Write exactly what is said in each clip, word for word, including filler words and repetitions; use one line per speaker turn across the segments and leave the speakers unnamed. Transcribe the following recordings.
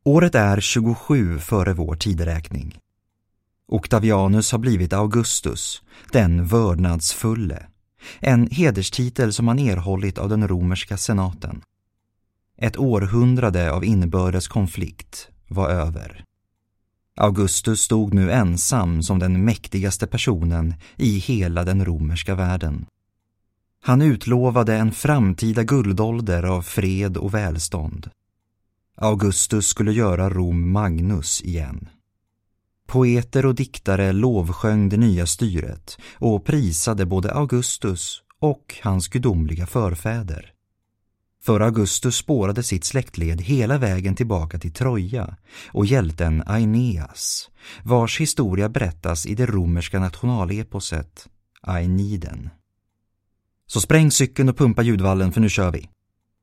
Året är tjugosju före vår tideräkning. Octavianus har blivit Augustus, den vördnadsfulle, en hederstitel som han erhållit av den romerska senaten. Ett århundrade av inbördes konflikt var över. Augustus stod nu ensam som den mäktigaste personen i hela den romerska världen. Han utlovade en framtida guldålder av fred och välstånd. Augustus skulle göra Rom Magnus igen. Poeter och diktare lovsjöng det nya styret och prisade både Augustus och hans gudomliga förfäder. För Augustus spårade sitt släktled hela vägen tillbaka till Troja och hjälten Aeneas, vars historia berättas i det romerska nationaleposet Aeniden. Så spräng cykeln och pumpa ljudvallen, för nu kör vi!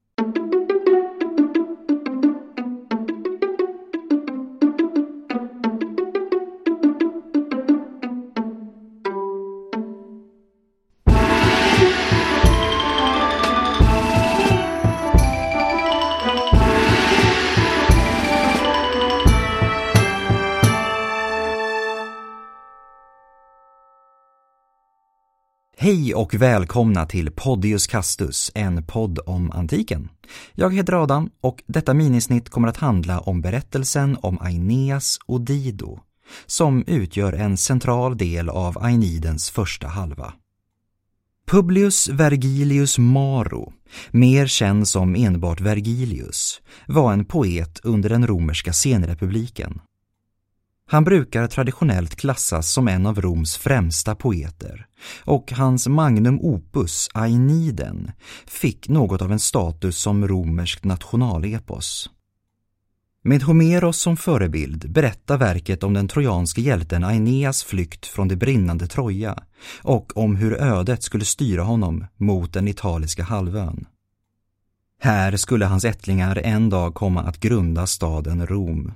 Hej och välkomna till Podius Castus, en podd om antiken. Jag heter Adam och detta minisnitt kommer att handla om berättelsen om Aeneas och Dido, som utgör en central del av Aenidens första halva. Publius Vergilius Maro, mer känd som enbart Vergilius, var en poet under den romerska senrepubliken. Han brukar traditionellt klassas som en av Roms främsta poeter och hans magnum opus Aeniden fick något av en status som romerskt nationalepos. Med Homeros som förebild berättar verket om den trojanske hjälten Aeneas flykt från det brinnande Troja och om hur ödet skulle styra honom mot den italiska halvön. Här skulle hans ättlingar en dag komma att grunda staden Rom.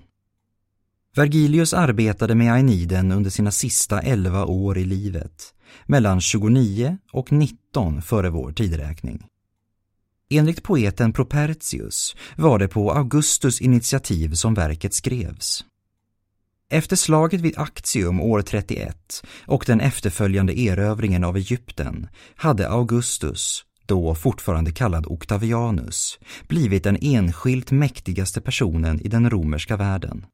Vergilius arbetade med Aeniden under sina sista elva år i livet, mellan tjugonio och nitton före vår tideräkning. Enligt poeten Propertius var det på Augustus initiativ som verket skrevs. Efter slaget vid Actium år trettioett och den efterföljande erövringen av Egypten hade Augustus, då fortfarande kallad Octavianus, blivit den enskilt mäktigaste personen i den romerska världen.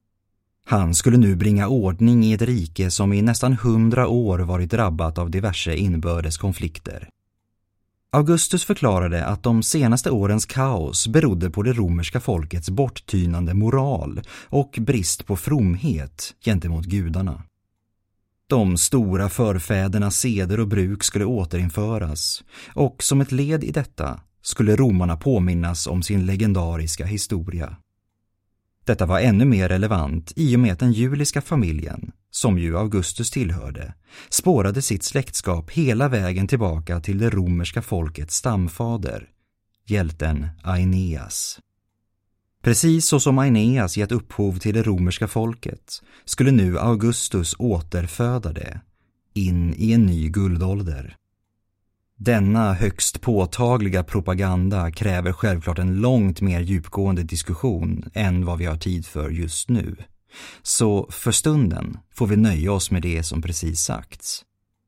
Han skulle nu bringa ordning i ett rike som i nästan hundra år varit drabbat av diverse inbördes konflikter. Augustus förklarade att de senaste årens kaos berodde på det romerska folkets borttynande moral och brist på fromhet gentemot gudarna. De stora förfädernas seder och bruk skulle återinföras och som ett led i detta skulle romarna påminnas om sin legendariska historia. Detta var ännu mer relevant i och med att den juliska familjen, som ju Augustus tillhörde, spårade sitt släktskap hela vägen tillbaka till det romerska folkets stamfader, hjälten Aeneas. Precis så som Aeneas gett upphov till det romerska folket skulle nu Augustus återföda det in i en ny guldålder. Denna högst påtagliga propaganda kräver självklart en långt mer djupgående diskussion än vad vi har tid för just nu. Så för stunden får vi nöja oss med det som precis sagts.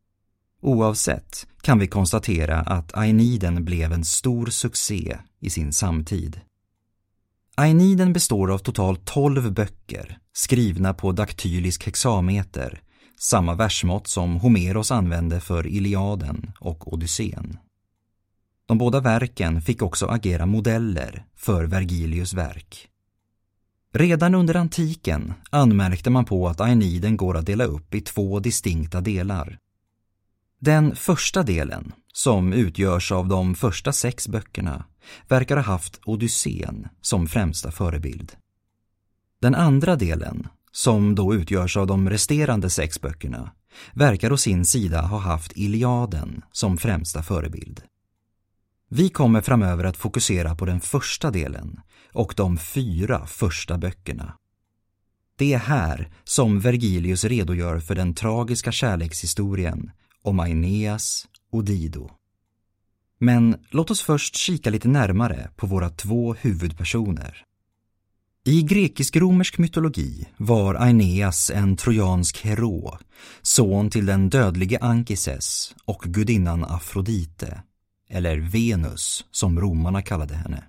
Oavsett kan vi konstatera att Aeniden blev en stor succé i sin samtid. Aeniden består av totalt tolv böcker skrivna på daktylisk hexameter, samma versmått som Homeros använde för Iliaden och Odysseen. De båda verken fick också agera modeller för Vergilius verk. Redan under antiken anmärkte man på att Aeniden går att dela upp i två distinkta delar. Den första delen, som utgörs av de första sex böckerna, verkar ha haft Odysseen som främsta förebild. Den andra delen, som då utgörs av de resterande sex böckerna, verkar å sin sida ha haft Iliaden som främsta förebild. Vi kommer framöver att fokusera på den första delen och de fyra första böckerna. Det är här som Vergilius redogör för den tragiska kärlekshistorien om Aeneas och Dido. Men låt oss först kika lite närmare på våra två huvudpersoner. I grekisk-romersk mytologi var Aeneas en trojansk hero, son till den dödlige Ankises och gudinnan Afrodite, eller Venus som romarna kallade henne.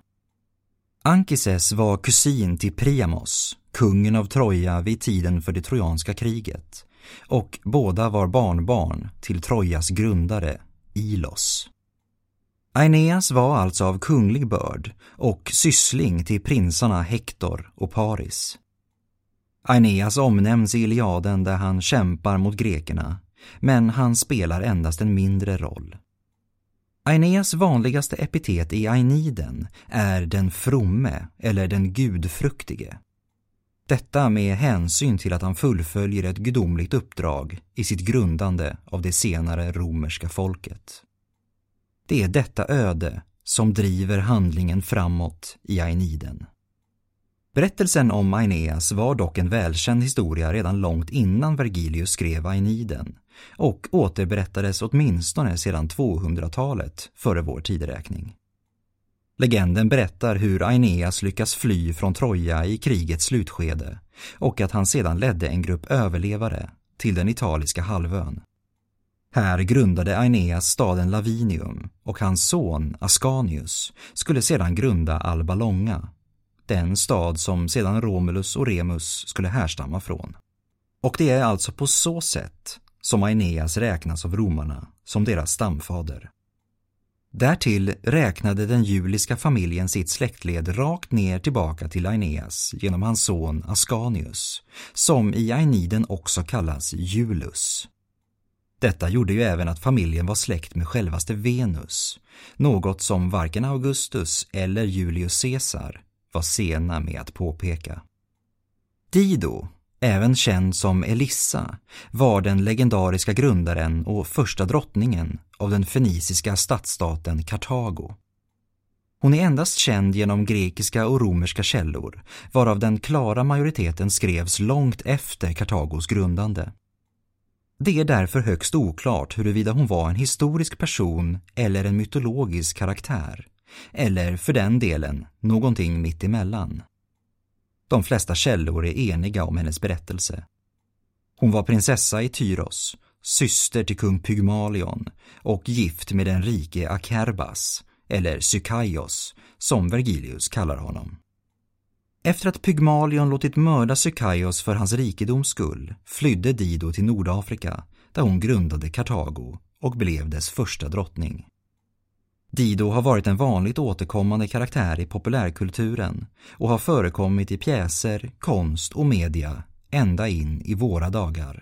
Ankises var kusin till Priamos, kungen av Troja vid tiden för det trojanska kriget, och båda var barnbarn till Trojas grundare, Ilos. Aeneas var alltså av kunglig börd och syssling till prinsarna Hektor och Paris. Aeneas omnämns i Iliaden där han kämpar mot grekerna, men han spelar endast en mindre roll. Aeneas vanligaste epitet i Aeniden är den fromme eller den gudfruktige. Detta med hänsyn till att han fullföljer ett gudomligt uppdrag i sitt grundande av det senare romerska folket. Det är detta öde som driver handlingen framåt i Aeniden. Berättelsen om Aeneas var dock en välkänd historia redan långt innan Vergilius skrev Aeniden och återberättades åtminstone sedan tvåhundratalet före vår tideräkning. Legenden berättar hur Aeneas lyckas fly från Troja i krigets slutskede och att han sedan ledde en grupp överlevare till den italiska halvön. Här grundade Aeneas staden Lavinium och hans son Ascanius skulle sedan grunda Alba Longa, den stad som sedan Romulus och Remus skulle härstamma från. Och det är alltså på så sätt som Aeneas räknas av romarna som deras stamfader. Därtill räknade den juliska familjen sitt släktled rakt ner tillbaka till Aeneas genom hans son Ascanius, som i Aeniden också kallas Julus. Detta gjorde ju även att familjen var släkt med självaste Venus, något som varken Augustus eller Julius Caesar var sena med att påpeka. Dido, även känd som Elissa, var den legendariska grundaren och första drottningen av den feniciska stadsstaten Kartago. Hon är endast känd genom grekiska och romerska källor, varav den klara majoriteten skrevs långt efter Kartagos grundande. Det är därför högst oklart huruvida hon var en historisk person eller en mytologisk karaktär, eller för den delen någonting mitt emellan. De flesta källor är eniga om hennes berättelse. Hon var prinsessa i Tyros, syster till kung Pygmalion och gift med den rike Akerbas, eller Sykaios, som Vergilius kallar honom. Efter att Pygmalion låtit mörda Sykaios för hans rikedoms skull flydde Dido till Nordafrika där hon grundade Kartago och blev dess första drottning. Dido har varit en vanligt återkommande karaktär i populärkulturen och har förekommit i pjäser, konst och media ända in i våra dagar.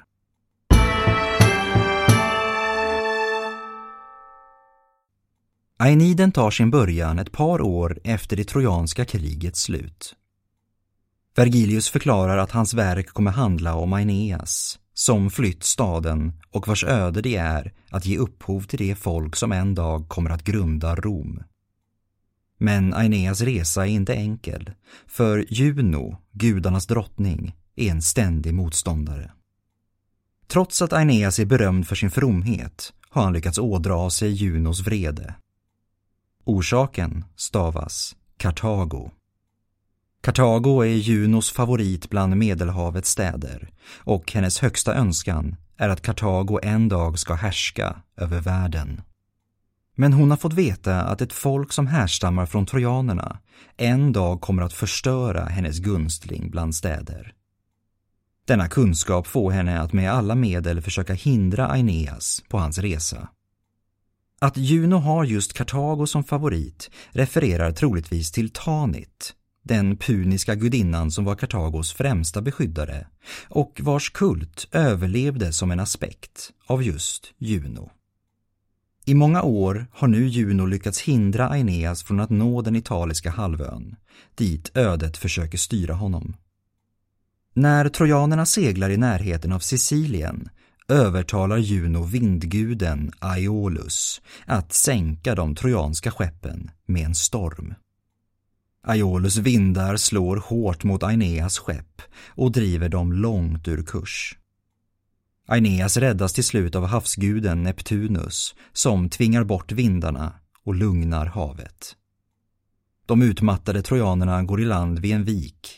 Aeniden tar sin början ett par år efter det trojanska krigets slut. Vergilius förklarar att hans verk kommer handla om Aeneas, som flytt staden och vars öde det är att ge upphov till det folk som en dag kommer att grunda Rom. Men Aeneas resa är inte enkel, för Juno, gudarnas drottning, är en ständig motståndare. Trots att Aeneas är berömd för sin fromhet har han lyckats ådra sig Junos vrede. Orsaken stavas Kartago. Kartago är Junos favorit bland Medelhavets städer och hennes högsta önskan är att Kartago en dag ska härska över världen. Men hon har fått veta att ett folk som härstammar från trojanerna en dag kommer att förstöra hennes gunstling bland städer. Denna kunskap får henne att med alla medel försöka hindra Aeneas på hans resa. Att Juno har just Kartago som favorit refererar troligtvis till Tanit, den puniska gudinnan som var Kartagos främsta beskyddare och vars kult överlevde som en aspekt av just Juno. I många år har nu Juno lyckats hindra Aeneas från att nå den italiska halvön, dit ödet försöker styra honom. När trojanerna seglar i närheten av Sicilien övertalar Juno vindguden Aeolus att sänka de trojanska skeppen med en storm. Aeolus vindar slår hårt mot Aeneas skepp och driver dem långt ur kurs. Aeneas räddas till slut av havsguden Neptunus som tvingar bort vindarna och lugnar havet. De utmattade trojanerna går i land vid en vik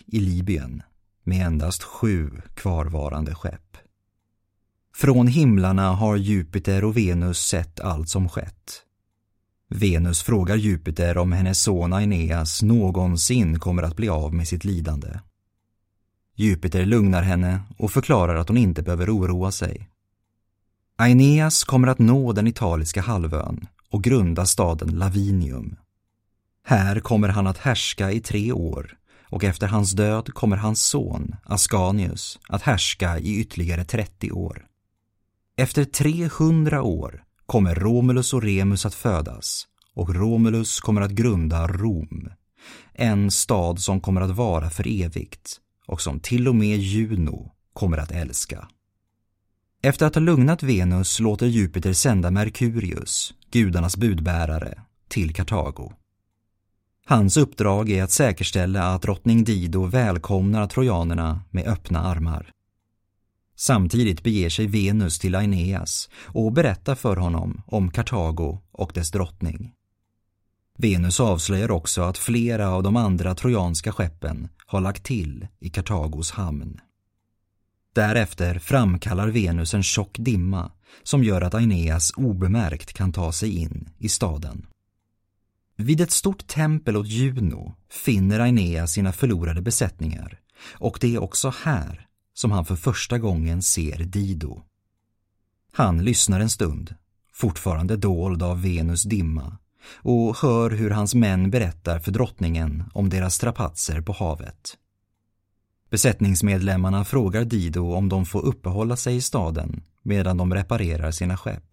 i Libyen med endast sju kvarvarande skepp. Från himlarna har Jupiter och Venus sett allt som skett. Venus frågar Jupiter om hennes son Aeneas någonsin kommer att bli av med sitt lidande. Jupiter lugnar henne och förklarar att hon inte behöver oroa sig. Aeneas kommer att nå den italiska halvön och grunda staden Lavinium. Här kommer han att härska i tre år och efter hans död kommer hans son Ascanius att härska i ytterligare trettio år. Efter trehundra år kommer Romulus och Remus att födas och Romulus kommer att grunda Rom, en stad som kommer att vara för evigt och som till och med Juno kommer att älska. Efter att ha lugnat Venus låter Jupiter sända Merkurius, gudarnas budbärare, till Kartago. Hans uppdrag är att säkerställa att drottning Dido välkomnar trojanerna med öppna armar. Samtidigt beger sig Venus till Aeneas och berättar för honom om Kartago och dess drottning. Venus avslöjar också att flera av de andra trojanska skeppen har lagt till i Kartagos hamn. Därefter framkallar Venus en tjock dimma som gör att Aeneas obemärkt kan ta sig in i staden. Vid ett stort tempel åt Juno finner Aeneas sina förlorade besättningar och det är också här som han för första gången ser Dido. Han lyssnar en stund, fortfarande dold av Venus dimma, och hör hur hans män berättar för drottningen om deras strapatser på havet. Besättningsmedlemmarna frågar Dido om de får uppehålla sig i staden medan de reparerar sina skepp.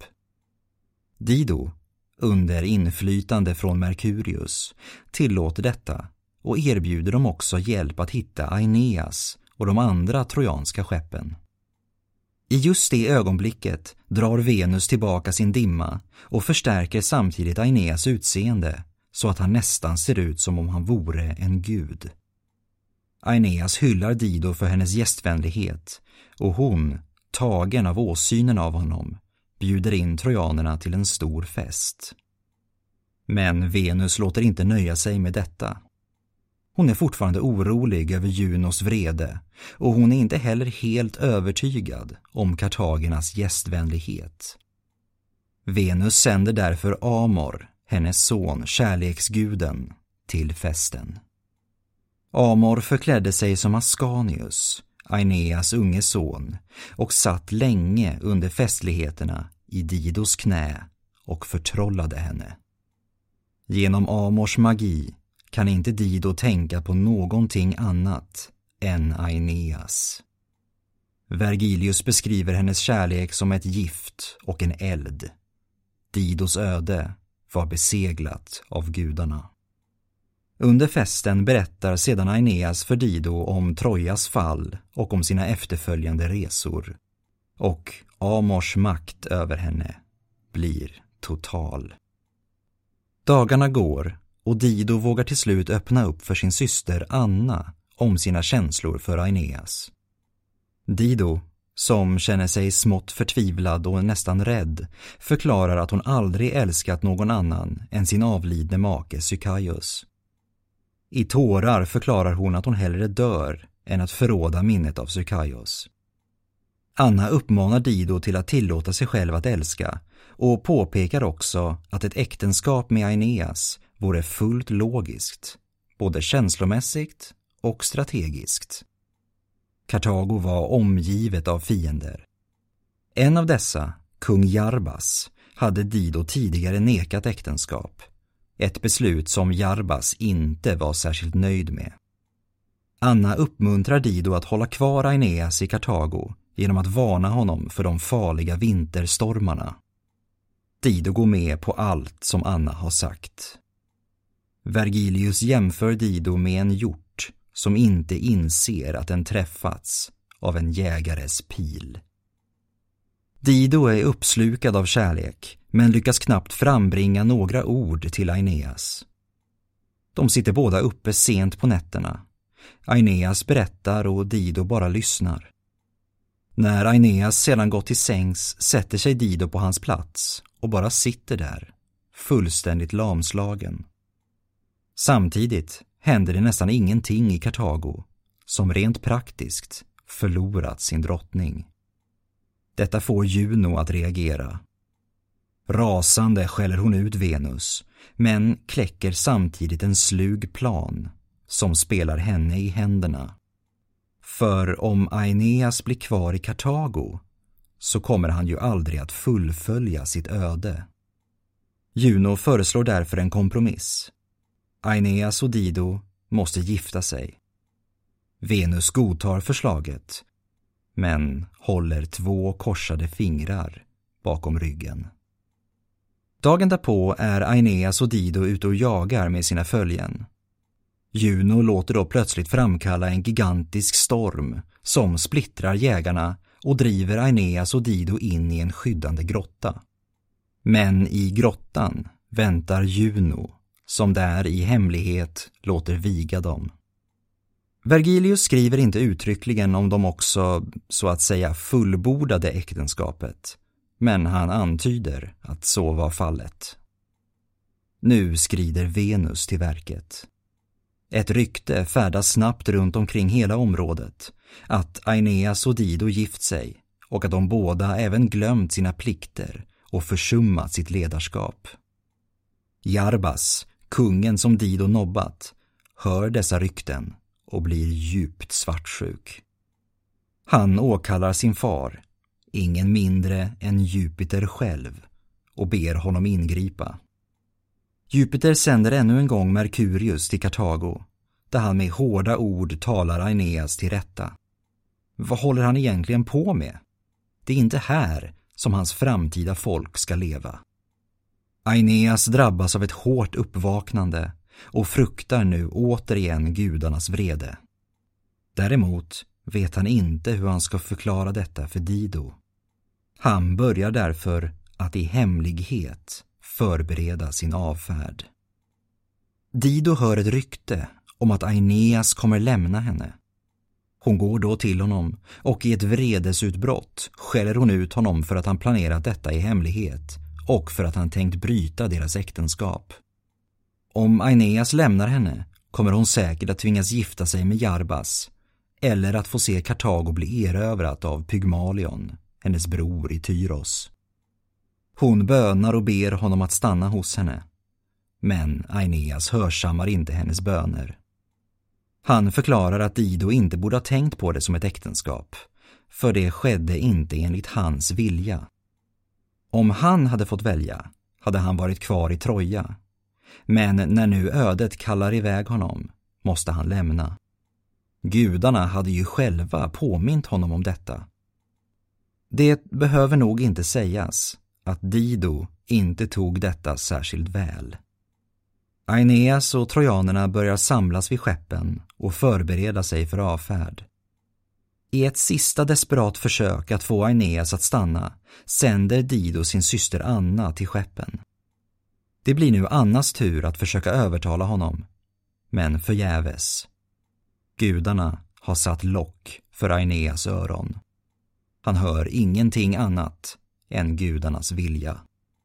Dido, under inflytande från Merkurius, tillåter detta och erbjuder dem också hjälp att hitta Aeneas och de andra trojanska skeppen. I just det ögonblicket drar Venus tillbaka sin dimma och förstärker samtidigt Aeneas utseende så att han nästan ser ut som om han vore en gud. Aeneas hyllar Dido för hennes gästvänlighet och hon, tagen av åsynen av honom, bjuder in trojanerna till en stor fest. Men Venus låter inte nöja sig med detta. Hon är fortfarande orolig över Junos vrede och hon är inte heller helt övertygad om kartagernas gästvänlighet. Venus sänder därför Amor, hennes son, kärleksguden, till festen. Amor förklädde sig som Ascanius, Aeneas unge son, och satt länge under festligheterna i Didos knä och förtrollade henne. Genom Amors magi kan inte Dido tänka på någonting annat än Aeneas. Vergilius beskriver hennes kärlek som ett gift och en eld. Didos öde var beseglat av gudarna. Under festen berättar sedan Aeneas för Dido om Trojas fall och om sina efterföljande resor. Och Amors makt över henne blir total. Dagarna går och Dido vågar till slut öppna upp för sin syster Anna om sina känslor för Aeneas. Dido, som känner sig smått förtvivlad och nästan rädd, förklarar att hon aldrig älskat någon annan än sin avlidne make Sykaios. I tårar förklarar hon att hon hellre dör än att förråda minnet av Sykaios. Anna uppmanar Dido till att tillåta sig själv att älska och påpekar också att ett äktenskap med Aeneas vore fullt logiskt, både känslomässigt och strategiskt. Kartago var omgivet av fiender. En av dessa, kung Jarbas, hade Dido tidigare nekat äktenskap. Ett beslut som Jarbas inte var särskilt nöjd med. Anna uppmuntrar Dido att hålla kvar Aeneas i Kartago genom att varna honom för de farliga vinterstormarna. Dido går med på allt som Anna har sagt. Vergilius jämför Dido med en hjort som inte inser att den träffats av en jägares pil. Dido är uppslukad av kärlek men lyckas knappt frambringa några ord till Aeneas. De sitter båda uppe sent på nätterna. Aeneas berättar och Dido bara lyssnar. När Aeneas sedan gått till sängs sätter sig Dido på hans plats och bara sitter där, fullständigt lamslagen. Samtidigt händer det nästan ingenting i Kartago, som rent praktiskt förlorat sin drottning. Detta får Juno att reagera. Rasande skäller hon ut Venus, men kläcker samtidigt en slug plan som spelar henne i händerna. För om Aeneas blir kvar i Kartago så kommer han ju aldrig att fullfölja sitt öde. Juno föreslår därför en kompromiss. Aeneas och Dido måste gifta sig. Venus godtar förslaget, men håller två korsade fingrar bakom ryggen. Dagen därpå är Aeneas och Dido ute och jagar med sina följen. Juno låter då plötsligt framkalla en gigantisk storm som splittrar jägarna och driver Aeneas och Dido in i en skyddande grotta. Men i grottan väntar Juno, som där i hemlighet låter viga dem. Vergilius skriver inte uttryckligen om de också, så att säga, fullbordade äktenskapet, men han antyder att så var fallet. Nu skrider Venus till verket. Ett rykte färdas snabbt runt omkring hela området att Aeneas och Dido gift sig och att de båda även glömt sina plikter och försummat sitt ledarskap. Jarbas, kungen som Dido nobbat, hör dessa rykten och blir djupt svartsjuk. Han åkallar sin far, ingen mindre än Jupiter själv, och ber honom ingripa. Jupiter sänder ännu en gång Merkurius till Kartago, där han med hårda ord talar Aeneas till rätta. Vad håller han egentligen på med? Det är inte här som hans framtida folk ska leva. Aeneas drabbas av ett hårt uppvaknande och fruktar nu återigen gudarnas vrede. Däremot vet han inte hur han ska förklara detta för Dido. Han börjar därför att i hemlighet förbereda sin avfärd. Dido hör ett rykte om att Aeneas kommer lämna henne. Hon går då till honom och i ett vredesutbrott skäller hon ut honom för att han planerat detta i hemlighet och för att han tänkt bryta deras äktenskap. Om Aeneas lämnar henne kommer hon säkert att tvingas gifta sig med Jarbas eller att få se Kartago bli erövrat av Pygmalion, hennes bror i Tyros. Hon bönar och ber honom att stanna hos henne, men Aeneas hörsammar inte hennes böner. Han förklarar att Dido inte borde ha tänkt på det som ett äktenskap, för det skedde inte enligt hans vilja. Om han hade fått välja hade han varit kvar i Troja, men när nu ödet kallar iväg honom måste han lämna. Gudarna hade ju själva påmint honom om detta. Det behöver nog inte sägas att Dido inte tog detta särskilt väl. Aeneas och trojanerna börjar samlas vid skeppen och förbereda sig för avfärd. I ett sista desperat försök att få Aeneas att stanna sänder Dido sin syster Anna till skeppen. Det blir nu Annas tur att försöka övertala honom, men förgäves. Gudarna har satt lock för Aeneas öron. Han hör ingenting annat än gudarnas vilja.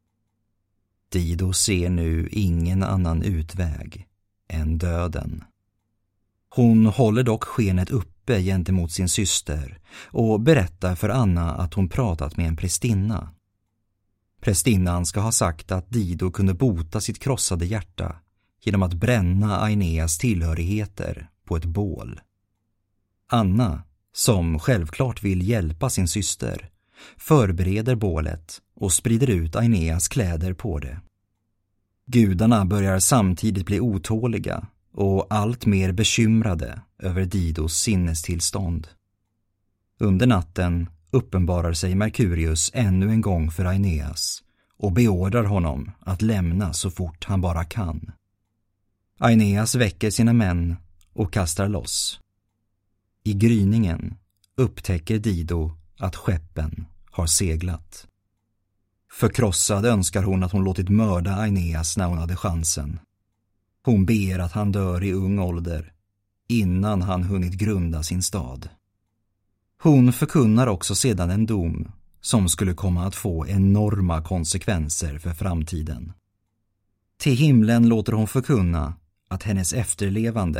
Dido ser nu ingen annan utväg än döden. Hon håller dock skenet uppe gentemot sin syster och berättar för Anna att hon pratat med en prästinna. Prästinnan ska ha sagt att Dido kunde bota sitt krossade hjärta genom att bränna Aeneas tillhörigheter på ett bål. Anna, som självklart vill hjälpa sin syster, förbereder bålet och sprider ut Aeneas kläder på det. Gudarna börjar samtidigt bli otåliga och allt mer bekymrade över Didos sinnestillstånd. Under natten uppenbarar sig Merkurius ännu en gång för Aeneas och beordrar honom att lämna så fort han bara kan. Aeneas väcker sina män och kastar loss. I gryningen upptäcker Dido att skeppen har seglat. Förkrossad önskar hon att hon låtit mörda Aeneas när hon hade chansen. Hon ber att han dör i ung ålder, innan han hunnit grunda sin stad. Hon förkunnar också sedan en dom som skulle komma att få enorma konsekvenser för framtiden. Till himlen låter hon förkunna att hennes efterlevande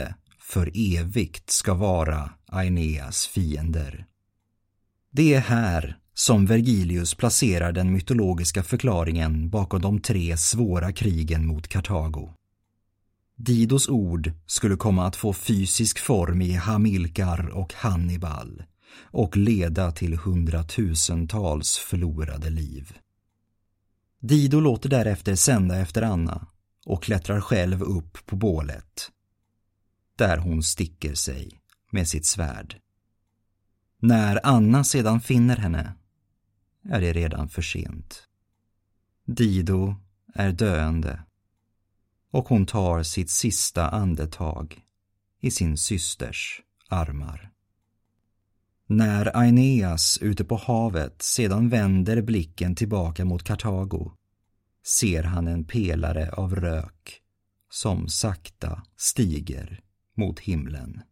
för evigt ska vara Aeneas fiender. Det är här som Vergilius placerar den mytologiska förklaringen bakom de tre svåra krigen mot Kartago. Didos ord skulle komma att få fysisk form i Hamilkar och Hannibal och leda till hundratusentals förlorade liv. Dido låter därefter sända efter Anna och klättrar själv upp på bålet, där hon sticker sig med sitt svärd. När Anna sedan finner henne är det redan för sent. Dido är döende och hon tar sitt sista andetag i sin systers armar. När Aeneas ute på havet sedan vänder blicken tillbaka mot Kartago ser han en pelare av rök som sakta stiger mot himlen.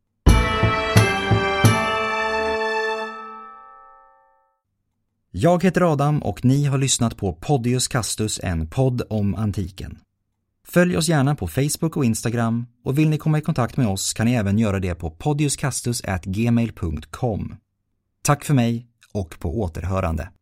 Jag heter Adam och ni har lyssnat på Podius Castus, en podd om antiken. Följ oss gärna på Facebook och Instagram, och vill ni komma i kontakt med oss kan ni även göra det på podiuscastus at gmail punkt com. Tack för mig och på återhörande.